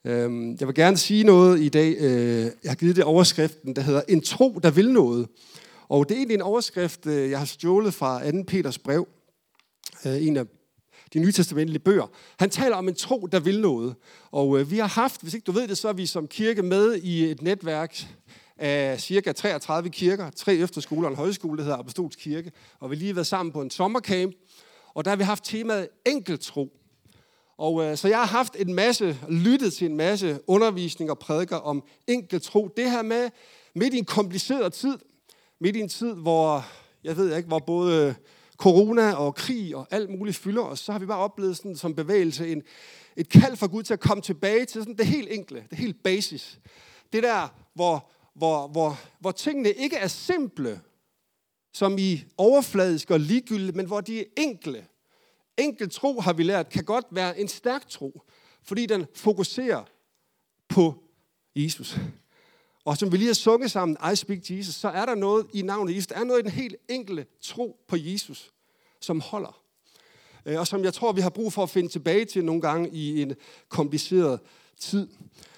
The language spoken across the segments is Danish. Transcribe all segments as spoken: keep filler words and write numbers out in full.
Jeg vil gerne sige noget i dag. Jeg har givet det overskriften, der hedder En tro, der vil noget. Og det er egentlig en overskrift, jeg har stjålet fra anden Peters brev. En af de nytestamentlige bøger. Han taler om en tro, der vil noget. Og vi har haft, hvis ikke du ved det, så er vi som kirke med i et netværk af cirka treogtredive kirker. Tre efterskoler og en højskole, der hedder Apostolsk Kirke. Og vi har lige været sammen på en sommercamp. Og der har vi haft temaet enkeltro. Og øh, så jeg har haft en masse, lyttet til en masse undervisning og prædiker om enkelt tro. Det her med, midt i en kompliceret tid, midt i en tid, hvor, jeg ved ikke, hvor både corona og krig og alt muligt fylder os, så har vi bare oplevet sådan, som bevægelse en, et kald fra Gud til at komme tilbage til sådan det helt enkle, det helt basis. Det der, hvor, hvor, hvor, hvor tingene ikke er simple, som i overfladiske og ligegyldige, men hvor de er enkle. Enkel tro, har vi lært, kan godt være en stærk tro, fordi den fokuserer på Jesus. Og som vi lige har sunget sammen, I Speak Jesus, så er der noget i navnet Jesus. Der er noget i den helt enkle tro på Jesus, som holder. Og som jeg tror, vi har brug for at finde tilbage til nogle gange i en kompliceret tid.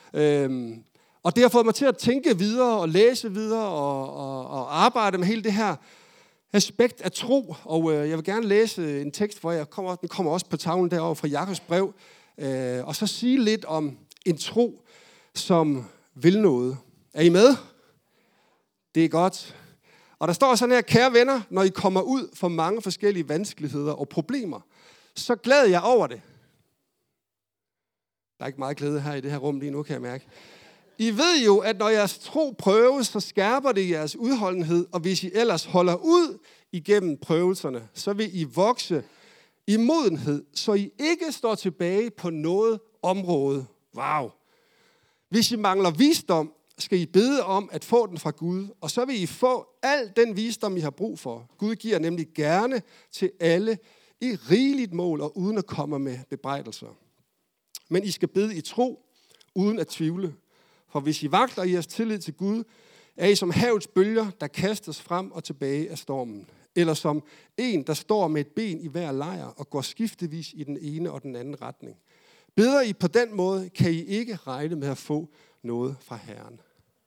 Og det har fået mig til at tænke videre og læse videre og, og, og arbejde med hele det her aspekt af tro, og øh, jeg vil gerne læse en tekst for jer. Kommer, den kommer også på tavlen derovre fra Jakobs brev, øh, og så sige lidt om en tro, som vil noget. Er I med? Det er godt. Og der står sådan her: kære venner, når I kommer ud for mange forskellige vanskeligheder og problemer, så glæder jeg over det. Der er ikke meget glæde her i det her rum lige nu, kan jeg mærke. I ved jo, at når jeres tro prøves, så skærper det jeres udholdenhed, og hvis I ellers holder ud igennem prøvelserne, så vil I vokse i modenhed, så I ikke står tilbage på noget område. Wow! Hvis I mangler visdom, skal I bede om at få den fra Gud, og så vil I få al den visdom, I har brug for. Gud giver nemlig gerne til alle i rigeligt mål og uden at komme med bebrejdelser. Men I skal bede i tro, uden at tvivle. For hvis I vagter i jeres tillid til Gud, er I som havets bølger, der kastes frem og tilbage af stormen. Eller som en, der står med et ben i hver lejr og går skiftevis i den ene og den anden retning. Beder I på den måde, kan I ikke regne med at få noget fra Herren.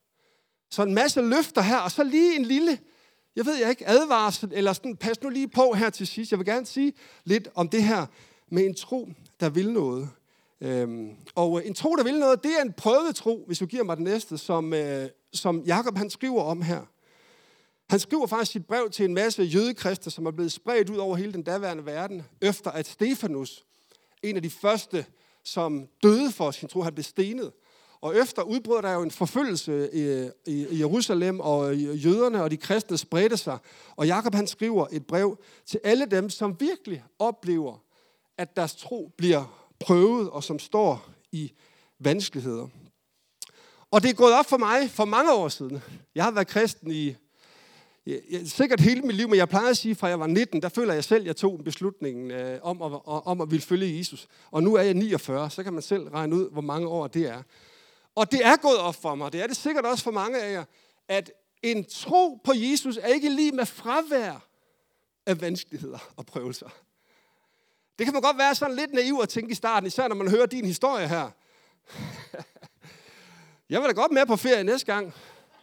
Så en masse løfter her, og så lige en lille, jeg ved jeg ikke, advarsel, eller sådan, pas nu lige på her til sidst. Jeg vil gerne sige lidt om det her med en tro, der vil noget. Øhm, og en tro, der vil noget, det er en prøvet tro, hvis du giver mig den næste, som, øh, som Jakob han skriver om her. Han skriver faktisk sit brev til en masse jødekristne, som er blevet spredt ud over hele den daværende verden, efter at Stefanus, en af de første, som døde for sin tro, han blev stenet. Og efter udbrød der jo en forfølgelse i, i, i Jerusalem, og jøderne og de kristne spredte sig. Og Jakob han skriver et brev til alle dem, som virkelig oplever, at deres tro bliver prøvet, og som står i vanskeligheder. Og det er gået op for mig for mange år siden. Jeg har været kristen i ja, sikkert hele mit liv, men jeg plejer at sige, fra jeg var nitten, der føler jeg selv, at jeg tog en beslutning øh, om, at, om at ville følge Jesus. Og nu er jeg niogfyrre, så kan man selv regne ud, hvor mange år det er. Og det er gået op for mig, det er det sikkert også for mange af jer, at en tro på Jesus er ikke lige med fravær af vanskeligheder og prøvelser. Det kan man godt være sådan lidt naiv at tænke i starten, især når man hører din historie her. Jeg vil da godt med på ferie næste gang.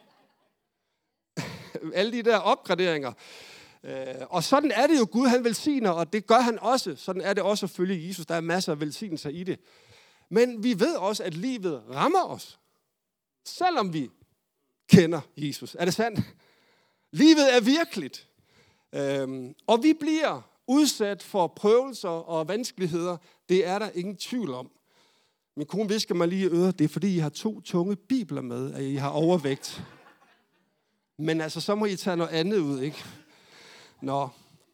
Alle de der opgraderinger. Og sådan er det jo, Gud han velsigner, og det gør han også. Sådan er det også at følge Jesus. Der er masser af velsignelser i det. Men vi ved også, at livet rammer os, selvom vi kender Jesus. Er det sandt? Livet er virkeligt. Og vi bliver udsat for prøvelser og vanskeligheder, det er der ingen tvivl om. Min kone visker mig lige i øret, det er fordi, I har to tunge bibler med, at I har overvægt. Men altså, så må I tage noget andet ud, ikke? Nå.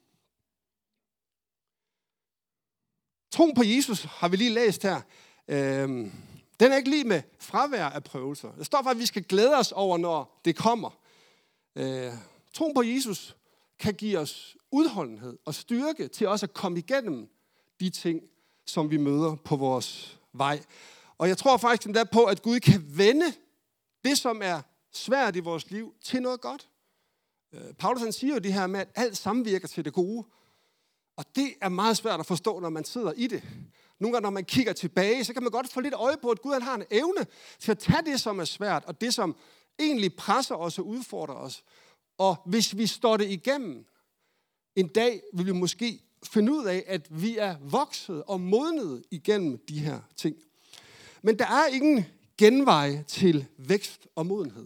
Troen på Jesus har vi lige læst her. Øhm, den er ikke lige med fravær af prøvelser. Der står faktisk, at vi skal glæde os over, når det kommer. Øh, troen på Jesus kan give os udholdenhed og styrke til også at komme igennem de ting, som vi møder på vores vej. Og jeg tror faktisk endda på, at Gud kan vende det, som er svært i vores liv, til noget godt. Paulus han siger jo det her med, at alt samvirker til det gode. Og det er meget svært at forstå, når man sidder i det. Nogle gange, når man kigger tilbage, så kan man godt få lidt øje på, at Gud han har en evne til at tage det, som er svært, og det, som egentlig presser os og udfordrer os. Og hvis vi står det igennem, en dag vil vi måske finde ud af, at vi er vokset og modnet igennem de her ting. Men der er ingen genvej til vækst og modenhed.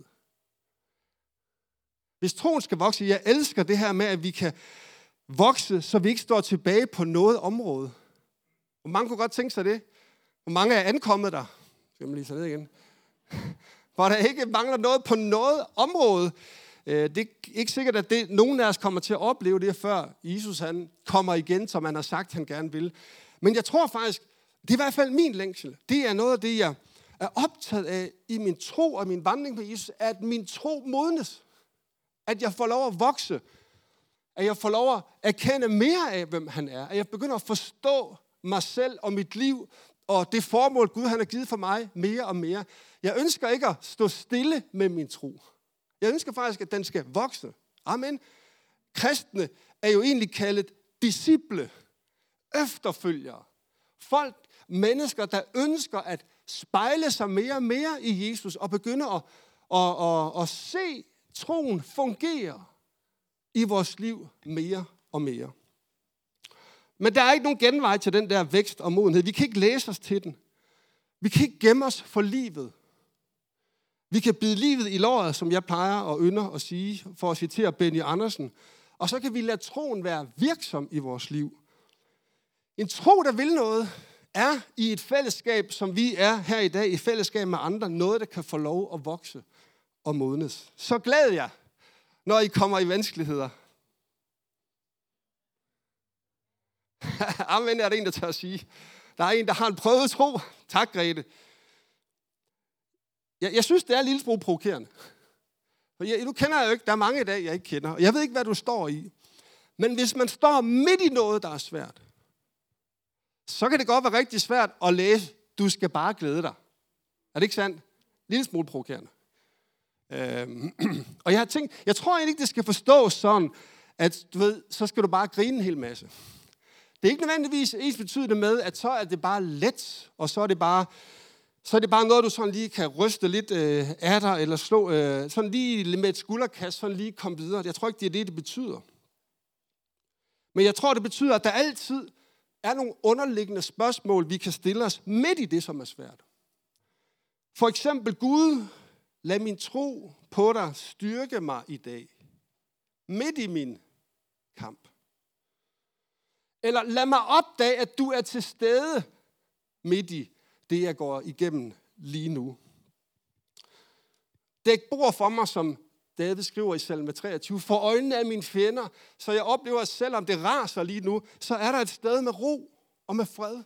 Hvis troen skal vokse, jeg elsker det her med, at vi kan vokse, så vi ikke står tilbage på noget område. Hvor mange kunne godt tænke sig det? Hvor mange er ankommet der? Skal man lige tage ned igen? Hvor der ikke mangler noget på noget område. Det er ikke sikkert, at det, nogen af os kommer til at opleve det, før Jesus han kommer igen, som han har sagt, han gerne vil. Men jeg tror faktisk, det er i hvert fald min længsel. Det er noget af det, jeg er optaget af i min tro og min vandring med Jesus, at min tro modnes. At jeg får lov at vokse. At jeg får lov at erkende mere af, hvem han er. At jeg begynder at forstå mig selv og mit liv, og det formål, Gud han har givet for mig, mere og mere. Jeg ønsker ikke at stå stille med min tro. Jeg ønsker faktisk, at den skal vokse. Amen. Kristne er jo egentlig kaldet disciple, efterfølgere. Folk, mennesker, der ønsker at spejle sig mere og mere i Jesus, og begynde at, at, at, at se troen fungere i vores liv mere og mere. Men der er ikke nogen genvej til den der vækst og modenhed. Vi kan ikke læse os til den. Vi kan ikke gemme os for livet. Vi kan bide livet i låret, som jeg plejer og ynder at sige, for at citere Benny Andersen. Og så kan vi lade troen være virksom i vores liv. En tro, der vil noget, er i et fællesskab, som vi er her i dag, i fællesskab med andre, noget, der kan få lov at vokse og modnes. Så glæd jer, når I kommer i vanskeligheder. Amen, er det en, der tør at sige. Der er en, der har en prøvet tro. Tak, Grete. Jeg, jeg synes, det er en lille smule provokerende. Jeg, nu kender jeg jo ikke, der er mange i dag, jeg ikke kender. Og jeg ved ikke, hvad du står i. Men hvis man står midt i noget, der er svært, så kan det godt være rigtig svært at læse, du skal bare glæde dig. Er det ikke sandt? En lille smule provokerende. Øhm, og jeg har tænkt, jeg tror egentlig ikke, det skal forstås sådan, at du ved, så skal du bare grine en hel masse. Det er ikke nødvendigvis ens betydende med, at så er det bare let, og så er det bare, så er det bare noget, du sådan lige kan ryste lidt øh, af dig, eller slå øh, sådan lige med et skulderkast, sådan lige komme videre. Jeg tror ikke, det er det, det betyder. Men jeg tror, det betyder, at der altid er nogle underliggende spørgsmål, vi kan stille os midt i det, som er svært. For eksempel, Gud, lad min tro på dig styrke mig i dag, midt i min kamp. Eller lad mig opdage, at du er til stede midt i det, jeg går igennem lige nu. Dæk bord for mig, som David skriver i salme treogtyve, for øjnene af mine fjender, så jeg oplever, at selvom det raser lige nu, så er der et sted med ro og med fred.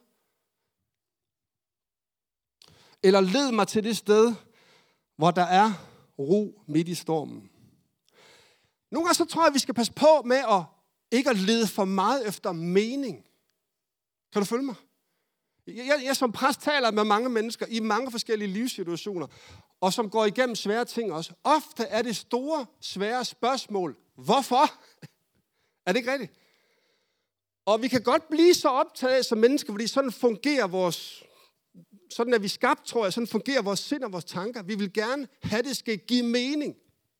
Eller led mig til det sted, hvor der er ro midt i stormen. Nogle gange så tror jeg, at vi skal passe på med at ikke at lede for meget efter mening. Kan du følge mig? Jeg, jeg som præst taler med mange mennesker i mange forskellige livssituationer, og som går igennem svære ting også. Ofte er det store, svære spørgsmål. Hvorfor? Er det ikke rigtigt? Og vi kan godt blive så optaget som mennesker, fordi sådan fungerer vores, sådan er vi skabt, tror jeg, sådan fungerer vores sind og vores tanker. Vi vil gerne have, det skal give mening.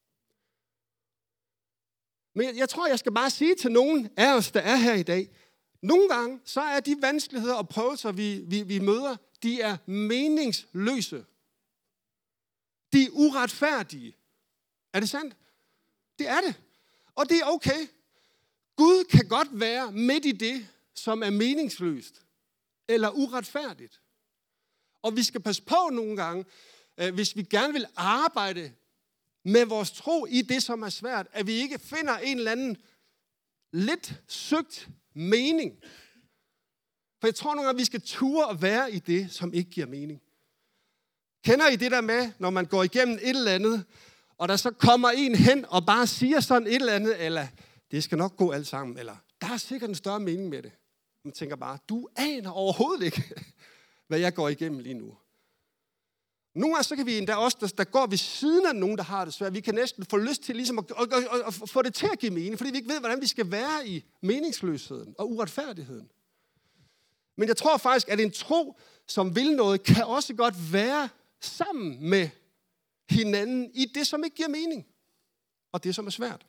Men jeg tror, jeg skal bare sige til nogen af os, der er her i dag, nogle gange, så er de vanskeligheder og prøvelser, vi, vi, vi møder, de er meningsløse. De er uretfærdige. Er det sandt? Det er det. Og det er okay. Gud kan godt være midt i det, som er meningsløst eller uretfærdigt. Og vi skal passe på nogle gange, hvis vi gerne vil arbejde med vores tro i det, som er svært, at vi ikke finder en eller anden lidt søgt mening. For jeg tror nogle gange, at vi skal ture at være i det, som ikke giver mening. Kender I det der med, når man går igennem et eller andet, og der så kommer en hen og bare siger sådan et eller andet, eller det skal nok gå alt sammen, eller der er sikkert en større mening med det. Man tænker bare, du aner overhovedet ikke, hvad jeg går igennem lige nu. Nogle gange så kan vi endda også, der, der går ved siden af nogen, der har det svært. Vi kan næsten få lyst til ligesom at, at, at, at få det til at give mening, fordi vi ikke ved, hvordan vi skal være i meningsløsheden og uretfærdigheden. Men jeg tror faktisk, at en tro, som vil noget, kan også godt være sammen med hinanden i det, som ikke giver mening. Og det, som er svært.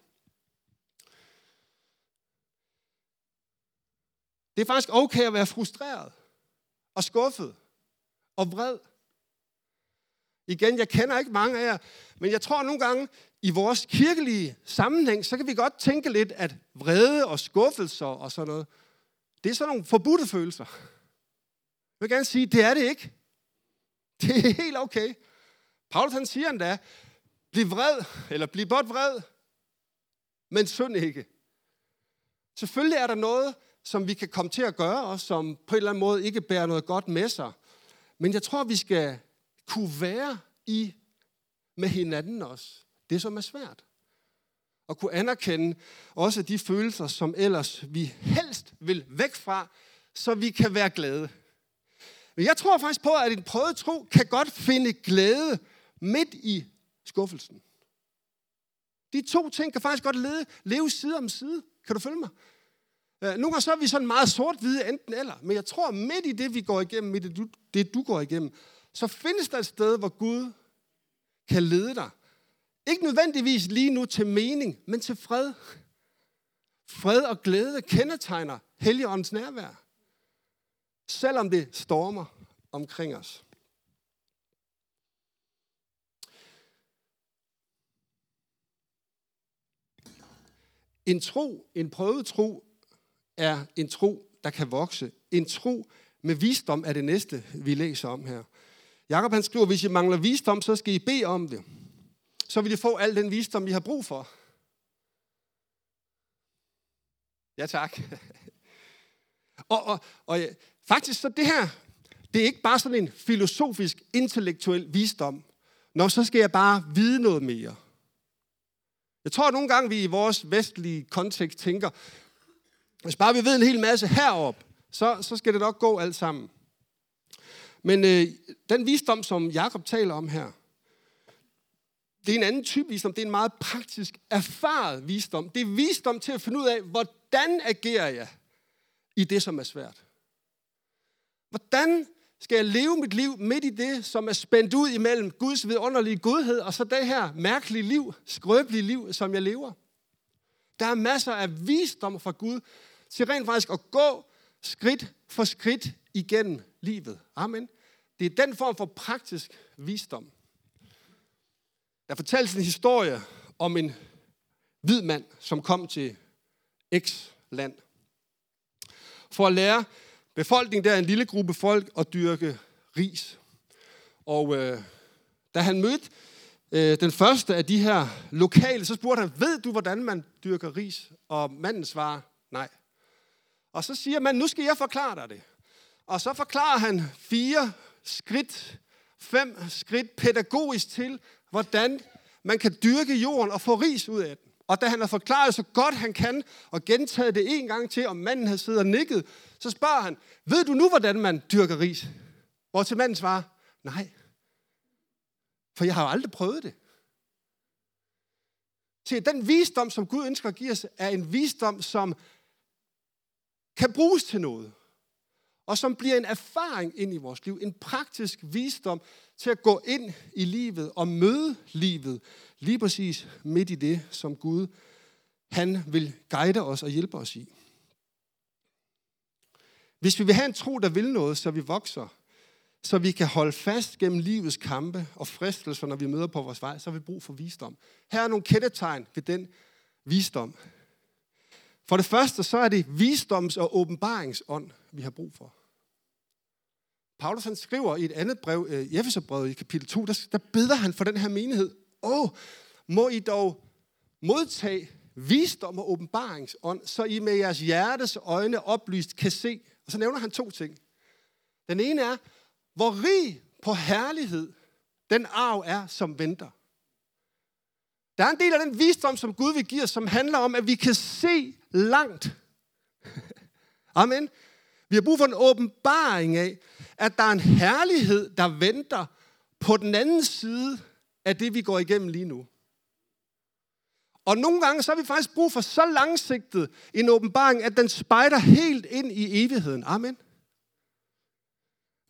Det er faktisk okay at være frustreret og skuffet og vred. Igen, jeg kender ikke mange af jer, men jeg tror nogle gange, i vores kirkelige sammenhæng, så kan vi godt tænke lidt, at vrede og skuffelser og sådan noget, det er sådan nogle forbudte følelser. Jeg vil gerne sige, det er det ikke. Det er helt okay. Paulus han siger endda, bliv vred, eller bliv bort vred, men synd ikke. Selvfølgelig er der noget, som vi kan komme til at gøre, og som på en eller anden måde ikke bærer noget godt med sig. Men jeg tror, vi skal kunne være i med hinanden også. Det, som er svært. Og kunne anerkende også de følelser, som ellers vi helst vil væk fra, så vi kan være glade. Men jeg tror faktisk på, at en prøvet tro kan godt finde glæde midt i skuffelsen. De to ting kan faktisk godt leve, leve side om side. Kan du følge mig? Nogle gange så er vi sådan meget sort-hvide enten eller. Men jeg tror, midt i det, vi går igennem, midt i det, det du går igennem, så findes der et sted, hvor Gud kan lede dig. Ikke nødvendigvis lige nu til mening, men til fred. Fred og glæde kendetegner Helligåndens nærvær. Selvom det stormer omkring os. En tro, en prøvet tro, er en tro, der kan vokse. En tro med visdom er det næste, vi læser om her. Jakob han skriver, hvis I mangler visdom, så skal I bede om det. Så vil I få al den visdom, I har brug for. Ja, tak. og, og, og ja, faktisk så det her, det er ikke bare sådan en filosofisk, intellektuel visdom. Nå, så skal jeg bare vide noget mere. Jeg tror, at nogle gange vi i vores vestlige kontekst tænker, hvis bare vi ved en hel masse herop, så, så skal det nok gå alt sammen. Men øh, den visdom, som Jakob taler om her, det er en anden type visdom. Det er en meget praktisk, erfaret visdom. Det er visdom til at finde ud af, hvordan agerer jeg i det, som er svært. Hvordan skal jeg leve mit liv midt i det, som er spændt ud imellem Guds vidunderlige godhed, og så det her mærkelige liv, skrøbelige liv, som jeg lever. Der er masser af visdom fra Gud til rent faktisk at gå skridt for skridt igennem livet. Amen. Det er den form for praktisk visdom. Der fortælles en historie om en hvid mand, som kom til X-land. For at lære befolkningen der, en lille gruppe folk, at dyrke ris. Og øh, da han mødte øh, den første af de her lokale, så spurgte han, ved du, hvordan man dyrker ris? Og manden svarer, nej. Og så siger man, nu skal jeg forklare dig det. Og så forklarer han fire skridt, fem skridt pædagogisk til, hvordan man kan dyrke jorden og få ris ud af den. Og da han har forklaret så godt han kan, og gentaget det en gang til, og manden har siddet og nikket, så spørger han, ved du nu, hvordan man dyrker ris? Hvortil manden svarer, nej. For jeg har jo aldrig prøvet det. Så den visdom, som Gud ønsker at give os, er en visdom, som kan bruges til noget. Og som bliver en erfaring ind i vores liv. En praktisk visdom til at gå ind i livet og møde livet. Lige præcis midt i det, som Gud han vil guide os og hjælpe os i. Hvis vi vil have en tro, der vil noget, så vi vokser, så vi kan holde fast gennem livets kampe og fristelser, når vi møder på vores vej, så har vi brug for visdom. Her er nogle kendetegn ved den visdom. For det første, så er det visdoms- og åbenbaringsånd, vi har brug for. Paulus han skriver i et andet brev, i Efeserbrevet i kapitel to, der, der beder han for den her menighed. Åh, må I dog modtage visdom og åbenbaringsånd, så I med jeres hjertes øjne oplyst kan se. Og så nævner han to ting. Den ene er, hvor rig på herlighed den arv er, som venter. Der er en del af den visdom, som Gud vil give os, som handler om, at vi kan se langt. Amen. Vi har brug for en åbenbaring af, at der er en herlighed, der venter på den anden side af det, vi går igennem lige nu. Og nogle gange, så har vi faktisk brug for så langsigtet en åbenbaring, at den spejder helt ind i evigheden. Amen.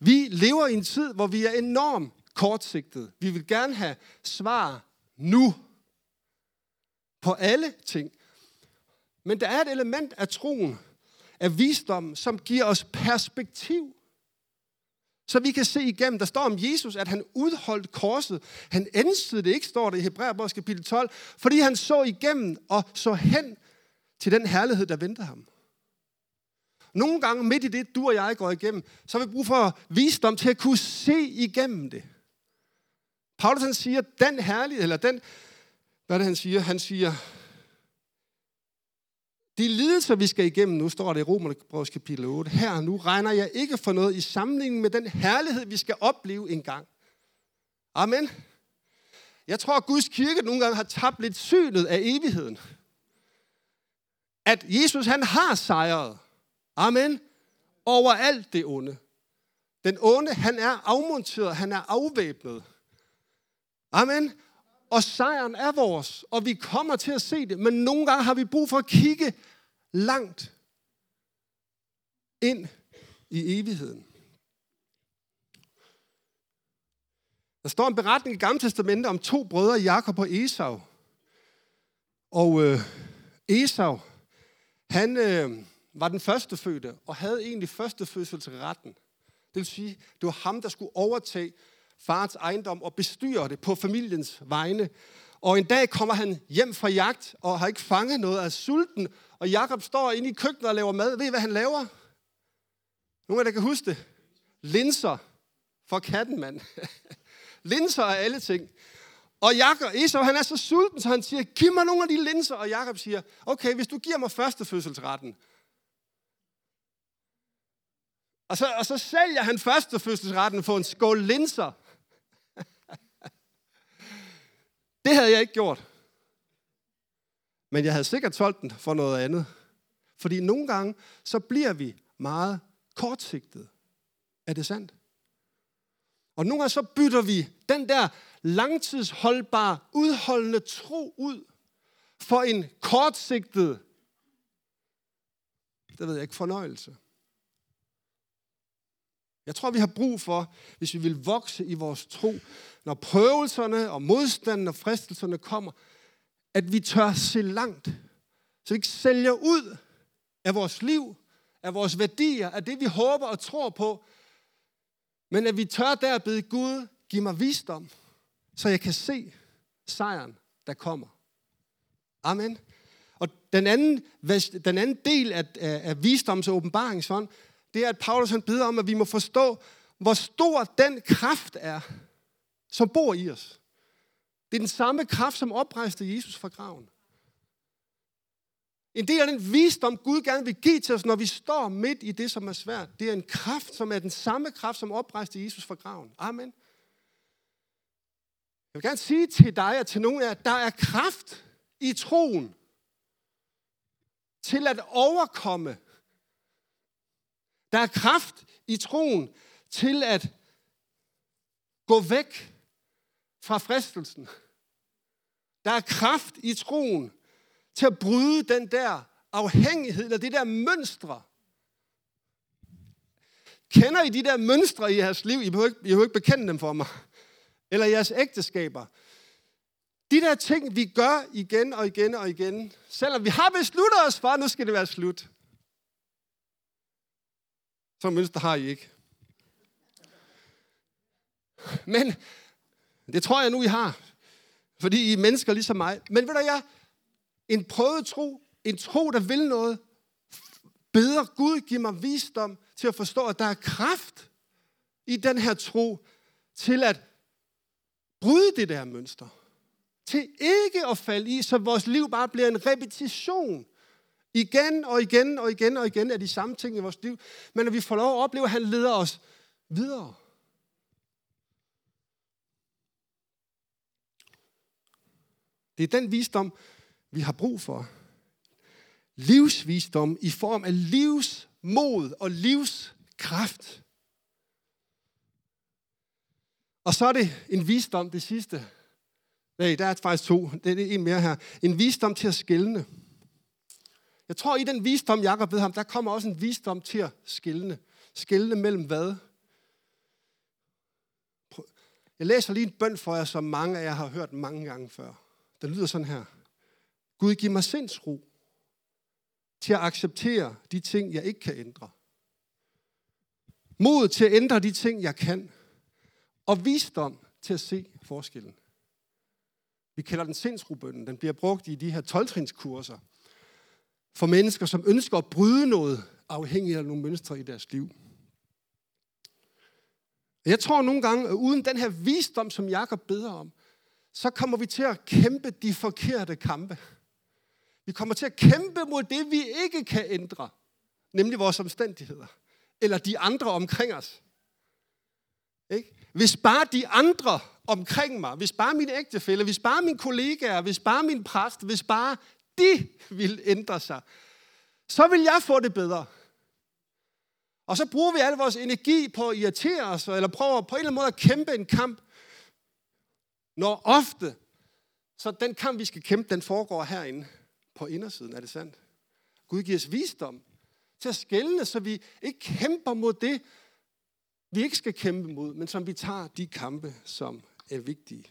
Vi lever i en tid, hvor vi er enormt kortsigtede. Vi vil gerne have svar nu på alle ting. Men der er et element af troen, af visdommen, som giver os perspektiv. Så vi kan se igennem, der står om Jesus, at han udholdt korset. Han ænsede det ikke, står det i Hebræerbrevet kapitel tolv, fordi han så igennem og så hen til den herlighed, der ventede ham. Nogle gange midt i det, du og jeg går igennem, så har vi brug for visdom til at kunne se igennem det. Paulus han siger, den herlighed, eller den, hvad er det han siger? Han siger, de lidelser, vi skal igennem, nu står det i Romerbrevet kapitel otte, her nu regner jeg ikke for noget i sammenligning med den herlighed, vi skal opleve en gang. Amen. Jeg tror, at Guds kirke nogle gange har tabt lidt synet af evigheden. At Jesus, han har sejret. Amen. Over alt det onde. Den onde, han er afmonteret, han er afvæbnet. Amen. Og sejren er vores, og vi kommer til at se det. Men nogle gange har vi brug for at kigge langt ind i evigheden. Der står en beretning i Gamle Testamentet om to brødre, Jakob og Esau. Og øh, Esau, han øh, var den førstefødte, og havde egentlig førstefødselsretten. Det vil sige, det var ham, der skulle overtage fars ejendom og bestyre det på familiens vegne. Og en dag kommer han hjem fra jagt og har ikke fanget noget af sulten. Og Jakob står inde i køkkenet og laver mad. Ved I, hvad han laver? Nogle af jer, der kan huske det. Linser for katten, mand. Linser af alle ting. Og Jakob, Esau, han er så sulten, så han siger, giv mig nogle af de linser. Og Jakob siger, okay, hvis du giver mig førstefødselsretten. Og så, og så sælger han førstefødselsretten for en skål linser. Det havde jeg ikke gjort. Men jeg havde sikkert solgt den for noget andet. Fordi nogle gange, så bliver vi meget kortsigtede. Er det sandt? Og nogle gange så bytter vi den der langtidsholdbare, udholdende tro ud for en kortsigtet, det ved jeg ikke, fornøjelse. Jeg tror, vi har brug for, hvis vi vil vokse i vores tro, når prøvelserne og modstanden og fristelserne kommer, at vi tør se langt, så vi ikke sælger ud af vores liv, af vores værdier, af det, vi håber og tror på, men at vi tør der bede Gud, giv mig visdom, så jeg kan se sejren, der kommer. Amen. Og den anden, den anden del af, af, af visdoms- og åbenbaringsånd, det er, at Paulus han beder om, at vi må forstå, hvor stor den kraft er, som bor i os. Det er den samme kraft, som oprejste Jesus fra graven. En del af den visdom, Gud gerne vil give til os, når vi står midt i det, som er svært, det er en kraft, som er den samme kraft, som oprejste Jesus fra graven. Amen. Jeg vil gerne sige til dig og til nogen af jer, at der er kraft i troen til at overkomme. Der er kraft i troen til at gå væk fra fristelsen. Der er kraft i troen til at bryde den der afhængighed, eller det der mønstre. Kender I de der mønstre i jeres liv? I behøver ikke, I behøver ikke bekende dem for mig. Eller jeres ægteskaber. De der ting, vi gør igen og igen og igen, selvom vi har besluttet os for, at nu skal det være slut. Så mønster har I ikke. Men det tror jeg nu, I har. Fordi I er mennesker ligesom mig. Men ved du, jeg en prøvet tro, en tro, der vil noget, beder Gud, giv mig visdom til at forstå, at der er kraft i den her tro, til at bryde det der mønster. Til ikke at falde i, så vores liv bare bliver en repetition. Igen og igen og igen og igen af de samme ting i vores liv. Men når vi får lov at opleve, at han leder os videre. Det er den visdom, vi har brug for. Livsvisdom i form af livsmod og livskraft. Og så er det en visdom, det sidste. Nej, der er faktisk to. Det er en mere her. En visdom til at skelne. Jeg tror, i den visdom, Jakob ved ham, der kommer også en visdom til at skelne. Skelne mellem hvad? Jeg læser lige en bøn for jer, som mange af jer har hørt mange gange før. Den lyder sådan her. Gud, giv mig sindsro til at acceptere de ting, jeg ikke kan ændre. Mod til at ændre de ting, jeg kan. Og visdom til at se forskellen. Vi kalder den sindsrobønnen. Den bliver brugt i de her tolv-trinskurser for mennesker, som ønsker at bryde noget afhængigt af nogle mønstre i deres liv. Jeg tror nogle gange, at uden den her visdom, som Jakob beder om, så kommer vi til at kæmpe de forkerte kampe. Vi kommer til at kæmpe mod det, vi ikke kan ændre, nemlig vores omstændigheder, eller de andre omkring os. Ikke? Hvis bare de andre omkring mig, hvis bare min ægtefælle, hvis bare mine kollegaer, hvis bare min præst, hvis bare de vil ændre sig, så vil jeg få det bedre. Og så bruger vi al vores energi på at irritere os, eller prøver på en eller anden måde at kæmpe en kamp, når ofte, så den kamp, vi skal kæmpe, den foregår herinde på indersiden, er det sandt? Gud giver os visdom til at skelne, så vi ikke kæmper mod det, vi ikke skal kæmpe mod, men som vi tager de kampe, som er vigtige.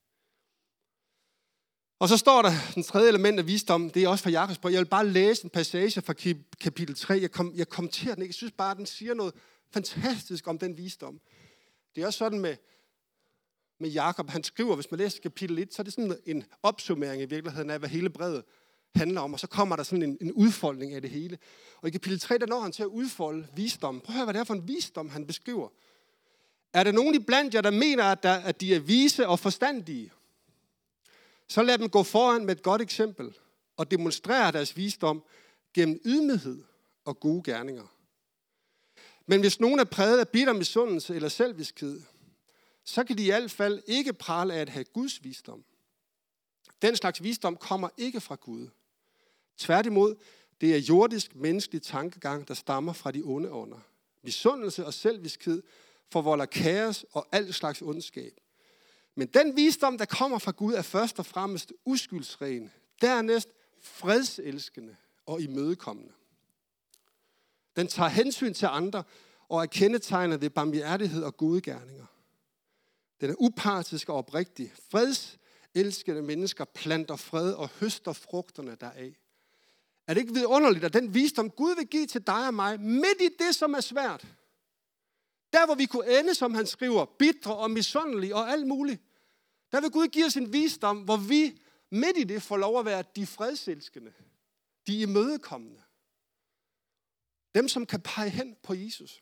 Og så står der den tredje element af visdom, det er også fra Jakobs brev. Jeg vil bare læse en passage fra kapitel tre. Jeg, kom, jeg kommenterer den ikke. Jeg synes bare, at den siger noget fantastisk om den visdom. Det er også sådan med, med Jakob. Han skriver, hvis man læser kapitel et, så er det sådan en opsummering i virkeligheden af, hvad hele brevet handler om. Og så kommer der sådan en, en udfoldning af det hele. Og i kapitel tre, der når han til at udfolde visdom. Prøv at høre, hvad det er for en visdom, han beskriver. Er der nogen iblandt jer, der mener, at, der, at de er vise og forstandige? Så lad dem gå foran med et godt eksempel og demonstrere deres visdom gennem ydmyghed og gode gerninger. Men hvis nogen er præget af bitter misundelse eller selvviskhed, så kan de i hvert fald ikke prale af at have Guds visdom. Den slags visdom kommer ikke fra Gud. Tværtimod, det er jordisk menneskelig tankegang, der stammer fra de onde ånder. Misundelse og selvviskhed forvolder kaos og al slags ondskab. Men den visdom, der kommer fra Gud, er først og fremmest uskyldsren, dernæst fredselskende og imødekommende. Den tager hensyn til andre og er kendetegnet ved barmhjertighed og gode gerninger. Den er upartisk og oprigtig. Fredselskende mennesker planter fred og høster frugterne deraf. Er det ikke vidunderligt, at den visdom, Gud vil give til dig og mig, midt i det, som er svært, der hvor vi kunne ende, som han skriver, bitre og misundelige og alt muligt, der vil Gud give os en visdom, hvor vi midt i det får lov at være de fredselskende, de imødekommende. Dem, som kan pege hen på Jesus.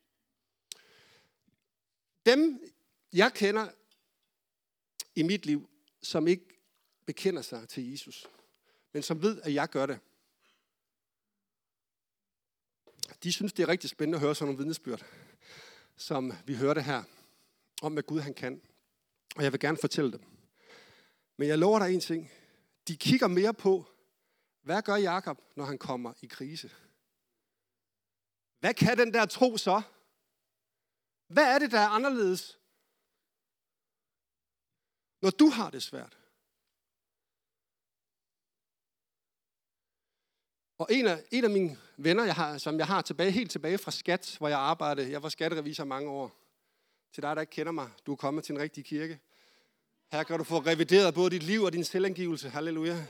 Dem, jeg kender i mit liv, som ikke bekender sig til Jesus, men som ved, at jeg gør det. De synes, det er rigtig spændende at høre sådan nogle vidnesbyrd, som vi hørte her, om hvad Gud han kan. Og jeg vil gerne fortælle dem. Men jeg lover dig en ting. De kigger mere på, hvad gør Jakob, når han kommer i krise? Hvad kan den der tro så? Hvad er det, der er anderledes, når du har det svært? Og en af, en af mine venner, jeg har, som jeg har tilbage, helt tilbage fra Skat, hvor jeg arbejdede, jeg var skatterevisor mange år. Til dig, der ikke kender mig, du er kommet til en rigtig kirke. Her kan du få revideret både dit liv og din selvangivelse. Halleluja.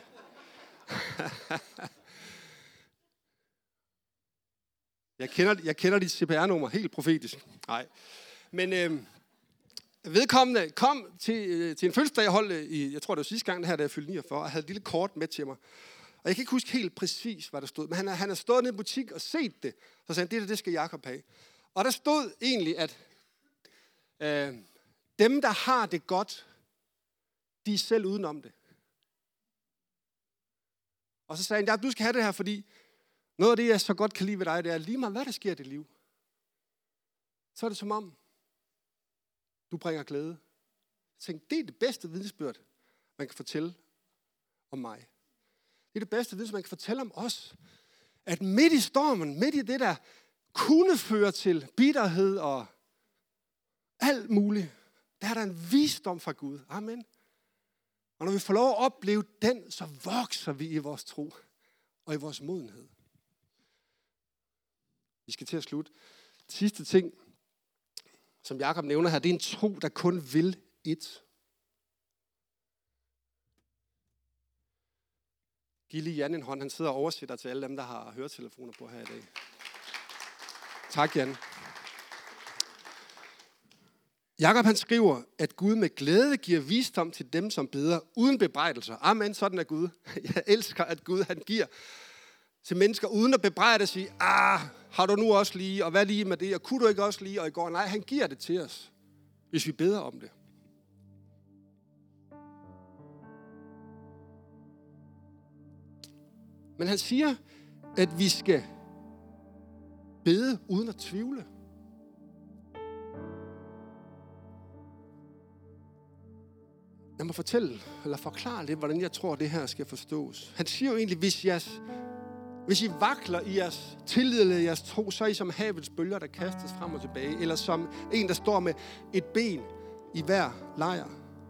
Jeg kender, jeg kender dit C P R-nummer helt profetisk. Nej. Men øh, vedkommende kom til, øh, til en fødselsdag, jeg holdt i, jeg tror det var sidste gang, det her, da jeg fyldte niogfyrre, og havde et lille kort med til mig. Og jeg kan ikke huske helt præcis, hvad der stod, men han, han har stået nede i butik og set det. Så sagde han, det der, det skal Jakob have. Og der stod egentlig, at øh, dem, der har det godt, de er selv udenom det. Og så sagde han, ja, du skal have det her, fordi noget af det, jeg så godt kan lide ved dig, det er lige meget, hvad der sker i dit liv. Så er det som om, du bringer glæde. Jeg tænkte, det er det bedste vidnesbyrd, man kan fortælle om mig. Det er det bedste vidnesbyrd, man kan fortælle om os. At midt i stormen, midt i det, der kunne føre til bitterhed og alt muligt, der er der en visdom fra Gud. Amen. Og når vi får lov at opleve den, så vokser vi i vores tro og i vores modenhed. Vi skal til at slutte. Sidste ting, som Jakob nævner her, det er en tro, der kun vil ét. Giv lige Jan en hånd. Han sidder og oversætter til alle dem, der har høretelefoner på her i dag. Tak, Jan. Jakob han skriver, at Gud med glæde giver visdom til dem, som beder uden bebrejdelser. Amen, sådan er Gud. Jeg elsker, at Gud han giver til mennesker uden at bebrejde og sige, ah, har du nu også lige, og hvad lige med det, og kunne du ikke også lige, og i går. Nej, han giver det til os, hvis vi beder om det. Men han siger, at vi skal bede uden at tvivle. Lad mig fortælle, eller forklare lidt, hvordan jeg tror, det her skal forstås. Han siger jo egentlig, hvis, jeres, hvis I vakler i jeres tillid eller jeres tro, så er I som havets bølger, der kastes frem og tilbage, eller som en, der står med et ben i hver lejr.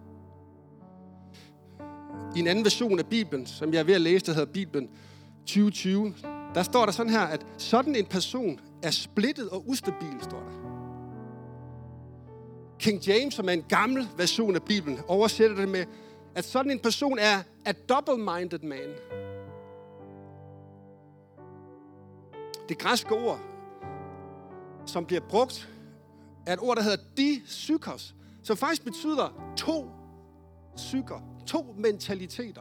I en anden version af Bibelen, som jeg er ved at læse, der hedder Bibelen tyve tyve, der står der sådan her, at sådan en person er splittet og ustabil, står der. King James, som er en gammel version af Bibelen, oversætter det med, at sådan en person er a double-minded man. Det græske ord, som bliver brugt, er et ord, der hedder dipsykos, som faktisk betyder to psyker, to mentaliteter,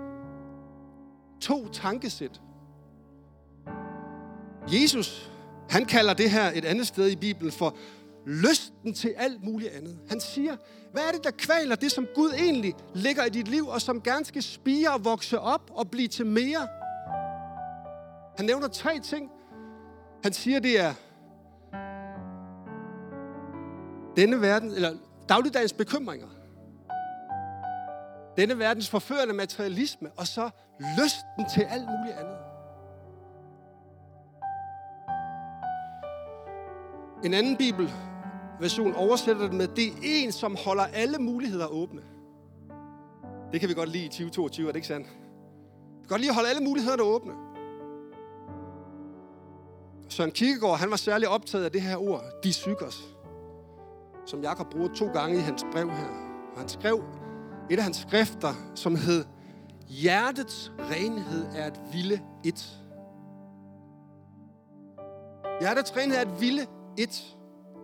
to tankesæt. Jesus, han kalder det her et andet sted i Bibelen for lysten til alt muligt andet. Han siger, hvad er det, der kvaler det, som Gud egentlig lægger i dit liv, og som gerne skal spire og vokse op og blive til mere? Han nævner tre ting. Han siger, det er denne verden, eller dagligdagens bekymringer, denne verdens forførende materialisme, og så lysten til alt muligt andet. En anden bibelversion oversætter det med, det er en, som holder alle muligheder åbne. Det kan vi godt lide i tyve toogtyve, er det ikke sandt? Vi kan godt lide at holde alle mulighederne åbne. Søren Kierkegaard, han var særlig optaget af det her ord, dipsykos, som Jakob bruger to gange i hans brev her. Og han skrev et af hans skrifter, som hed, hjertets renhed er et vilde et. Hjertets renhed er et vilde et.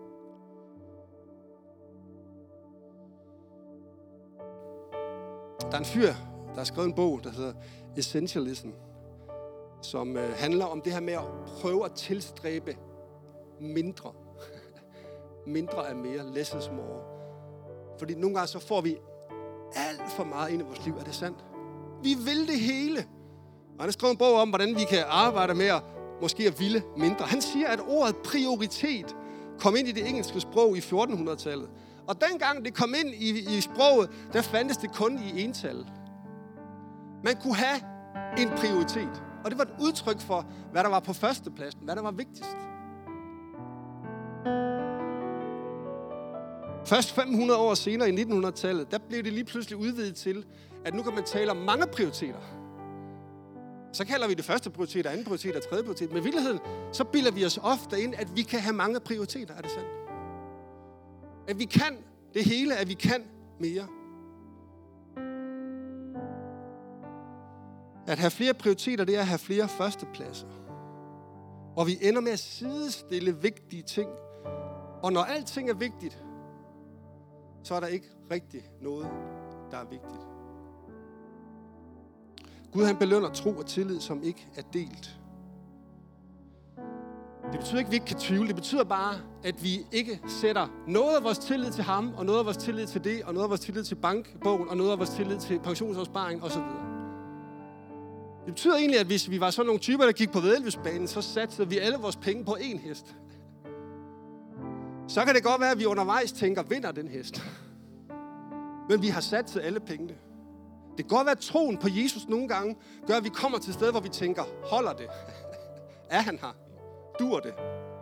Der er en fyr, der har skrevet en bog, der hedder Essentialism, som øh, handler om det her med at prøve at tilstræbe mindre. Mindre er mere, less is more. Fordi nogle gange så får vi alt for meget ind i vores liv. Er det sandt? Vi vil det hele. Og han har skrevet en bog om, hvordan vi kan arbejde med at måske at ville mindre. Han siger, at ordet prioritet kom ind i det engelske sprog i fjortenhundredetallet. Og dengang det kom ind i, i sproget, der fandtes det kun i ental. Man kunne have en prioritet. Og det var et udtryk for, hvad der var på førstepladsen, hvad der var vigtigst. Først fem hundrede år senere i nittenhundredetallet, der blev det lige pludselig udvidet til, at nu kan man tale om mange prioriteter. Så kalder vi det første prioritet, anden prioritet og tredje prioritet. Men i virkeligheden, så bilder vi os ofte ind, at vi kan have mange prioriteter. Er det sandt? At vi kan det hele, at vi kan mere. At have flere prioriteter, det er at have flere førstepladser. Og vi ender med at sidestille vigtige ting. Og når alting er vigtigt, så er der ikke rigtig noget, der er vigtigt. Gud han belønner tro og tillid, som ikke er delt. Det betyder ikke, at vi ikke kan tvivle. Det betyder bare, at vi ikke sætter noget af vores tillid til ham, og noget af vores tillid til det, og noget af vores tillid til bankbogen, og noget af vores tillid til pensionsopsparing osv. Det betyder egentlig, at hvis vi var sådan nogle typer, der gik på væddeløbsbanen, så satte vi alle vores penge på én hest. Så kan det godt være, at vi undervejs tænker, vinder den hest. Men vi har sat til alle pengene. Det kan godt være, at troen på Jesus nogle gange gør, at vi kommer til et sted, hvor vi tænker, holder det? Er han her? Dur det?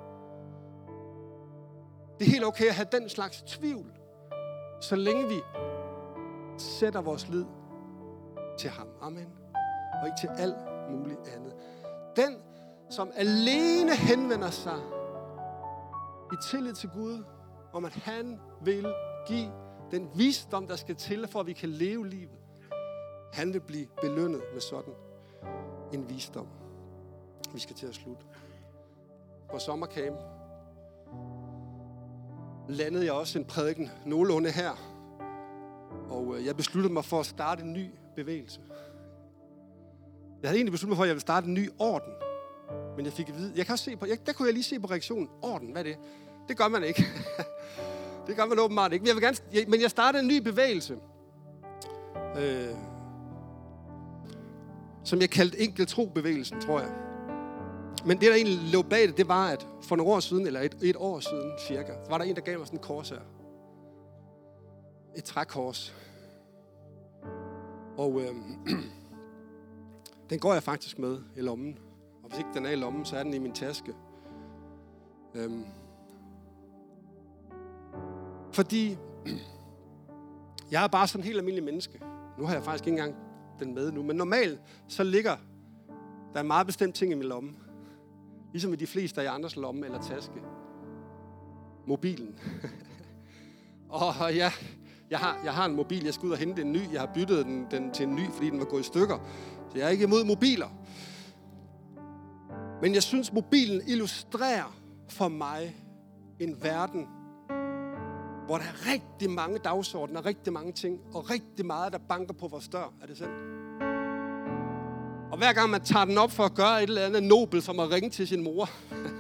Det er helt okay at have den slags tvivl, så længe vi sætter vores lid til ham. Amen. Og ikke til alt muligt andet. Den, som alene henvender sig i tillid til Gud, om, at han vil give den visdom, der skal til, for at vi kan leve livet. Han vil blive belønnet med sådan en visdom. Vi skal til at slutte. På sommercamp landede jeg også en prædiken nogenlunde her. Og jeg besluttede mig for at starte en ny bevægelse. Jeg havde egentlig besluttet mig for, at jeg ville starte en ny orden. Men jeg fik at vide, jeg kan også se på, jeg, der kunne jeg lige se på reaktionen. Orden, hvad er det? Det gør man ikke. Det gør man åbenbart ikke. Men jeg, vil gerne, jeg, men jeg startede en ny bevægelse. Øh, som jeg kaldte enkel tro-bevægelsen, tror jeg. Men det, der egentlig lå bag det, det var, at for nogle år siden, eller et, et år siden cirka, så var der en, der gav mig sådan en kors her. Et trækors. Og øh, den går jeg faktisk med i lommen. Og hvis ikke den er i lommen, så er den i min taske. Øhm, fordi jeg er bare sådan en helt almindelig menneske. Nu har jeg faktisk ikke engang den med nu. Men normalt, så ligger der en meget bestemt ting i min lomme. Ligesom i de fleste af jer andres lomme eller taske. Mobilen. Og ja, jeg har, jeg har en mobil. Jeg skal ud og hente en ny. Jeg har byttet den, den til en ny, fordi den var gået i stykker. Så jeg er ikke imod mobiler. Men jeg synes, mobilen illustrerer for mig en verden, hvor der er rigtig mange dagsordener, rigtig mange ting, og rigtig meget, der banker på vores dør. Er det sandt? Og hver gang man tager den op for at gøre et eller andet nobel, som at ringe til sin mor,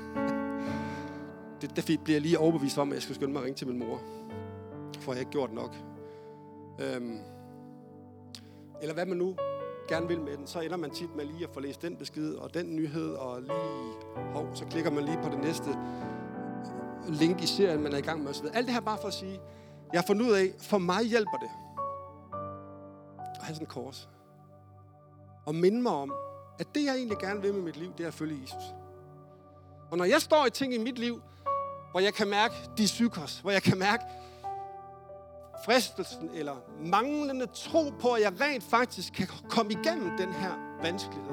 det, det bliver jeg lige overbevist om, at jeg skal skynde mig at ringe til min mor, for jeg har ikke gjort nok. Øhm, eller hvad man nu gerne vil med den, så ender man tit med lige at få læst den besked og den nyhed, og lige, hov, så klikker man lige på det næste link i serien, man er i gang med osv. Alt det her bare for at sige, jeg har fundet ud af, for mig hjælper det at have sådan en kors. Og minde mig om, at det jeg egentlig gerne vil med mit liv, det er at følge Jesus. Og når jeg står i ting i mit liv, hvor jeg kan mærke de psykos, hvor jeg kan mærke fristelsen eller manglende tro på, at jeg rent faktisk kan komme igennem den her vanskelighed,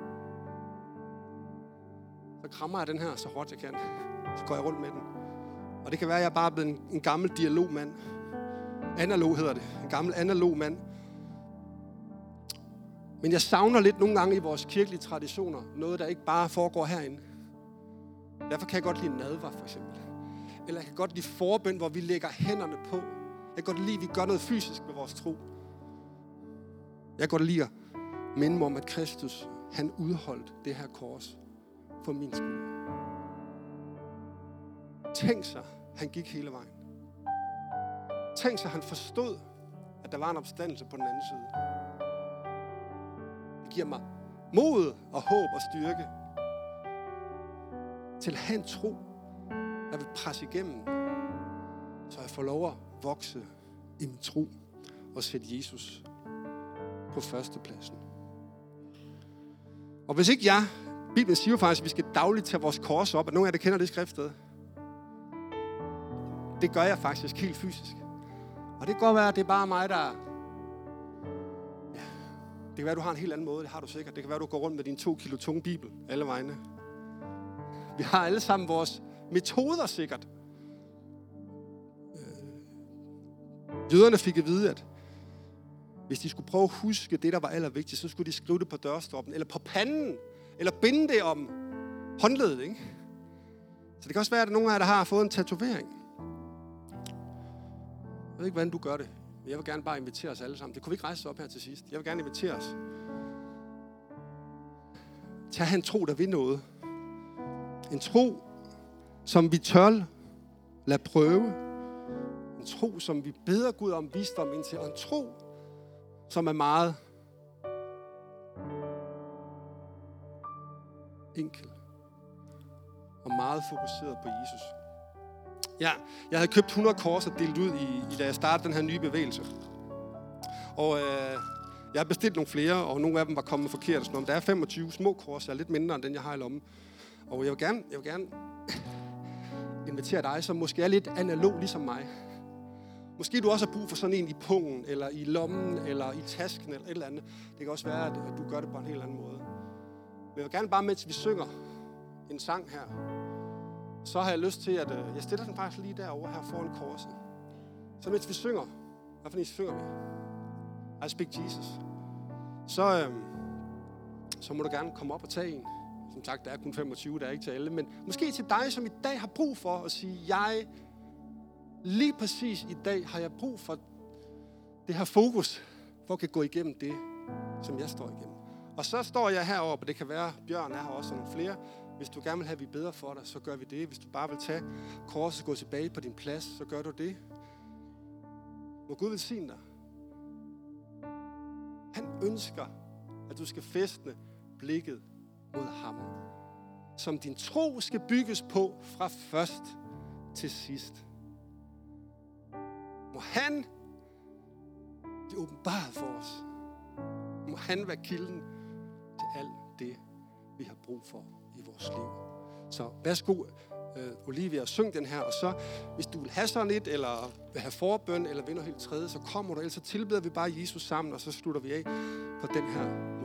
så krammer jeg den her så hårdt jeg kan. Så går jeg rundt med den. Og det kan være, at jeg bare er blevet en, en gammel dialogmand. Analog hedder det. En gammel analog mand. Men jeg savner lidt nogle gange i vores kirkelige traditioner noget, der ikke bare foregår herinde. Derfor kan jeg godt lide nadver, for eksempel. Eller jeg kan godt lide forbøn, hvor vi lægger hænderne på. Jeg kan godt lide, at vi gør noget fysisk med vores tro. Jeg kan godt lide at minde mig om, at Kristus, han udholdt det her kors for min skyld. Tænk sig, han gik hele vejen. Tænk sig, han forstod, at der var en opstandelse på den anden side. Det giver mig mod og håb og styrke til at have en tro, der vil presse igennem, så jeg får lov at vokse i min tro og sætte Jesus på førstepladsen. Og hvis ikke jeg, Bibelen siger faktisk, at vi skal dagligt tage vores kors op, og nogle af jer, der kender det skriftsted. Det gør jeg faktisk helt fysisk. Og det kan godt være, at det er bare mig, der... Ja, det kan være, at du har en helt anden måde, det har du sikkert. Det kan være, at du går rundt med din to kilo tunge bibel alle vegne. Vi har alle sammen vores metoder sikkert. Jøderne fik at vide, at hvis de skulle prøve at huske det, der var allervigtigst, så skulle de skrive det på dørstoppen, eller på panden, eller binde det om håndledet, ikke? Så det kan også være, at nogle af jer, der har fået en tatovering. Jeg ved ikke, hvordan du gør det, men jeg vil gerne bare invitere os alle sammen. Det kunne vi ikke rejse os op her til sidst. Jeg vil gerne invitere os til at have en tro, der vil noget. En tro, som vi tør lade prøve. En tro, som vi beder Gud om visdom ind til. Og en tro, som er meget enkel og meget fokuseret på Jesus. Ja, jeg havde købt hundrede kors og delt ud, i, i, da jeg startede den her nye bevægelse. Og øh, jeg har bestilt nogle flere, og nogle af dem var kommet forkert. Sådan noget. Der er femogtyve små kors, der er lidt mindre end den, jeg har i lommen. Og jeg vil gerne, jeg vil gerne invitere dig, som måske er lidt analog ligesom mig. Måske du også har brug for sådan en i pungen, eller i lommen, eller i tasken, eller et eller andet. Det kan også være, at du gør det på en helt anden måde. Men jeg vil gerne bare, mens vi synger en sang her, så har jeg lyst til, at øh, jeg stiller den faktisk lige derovre her foran korset. Så mens vi synger, hvad for en synger vi? I Speak Jesus. Så, øh, så må du gerne komme op og tage en. Som sagt, der er kun femogtyve, der er ikke til alle. Men måske til dig, som i dag har brug for at sige, jeg, lige præcis i dag, har jeg brug for det her fokus, for at kan gå igennem det, som jeg står igennem. Og så står jeg heroppe, og det kan være, Bjørn er her også, og nogle flere. Hvis du gerne vil have, at vi bedre for dig, så gør vi det. Hvis du bare vil tage korset og gå tilbage på din plads, så gør du det. Må Gud velsigne dig. Han ønsker, at du skal fæstne blikket mod ham. Som din tro skal bygges på fra først til sidst. Må han blive åbenbaret for os. Må han være kilden til alt det, vi har brug for i vores liv. Så værsgo, uh, Olivia, syng den her, og så, hvis du vil have sådan et, eller vil have forbøn, eller vil noget helt tredje, så kommer du, ellers så tilbeder vi bare Jesus sammen, og så slutter vi af på den her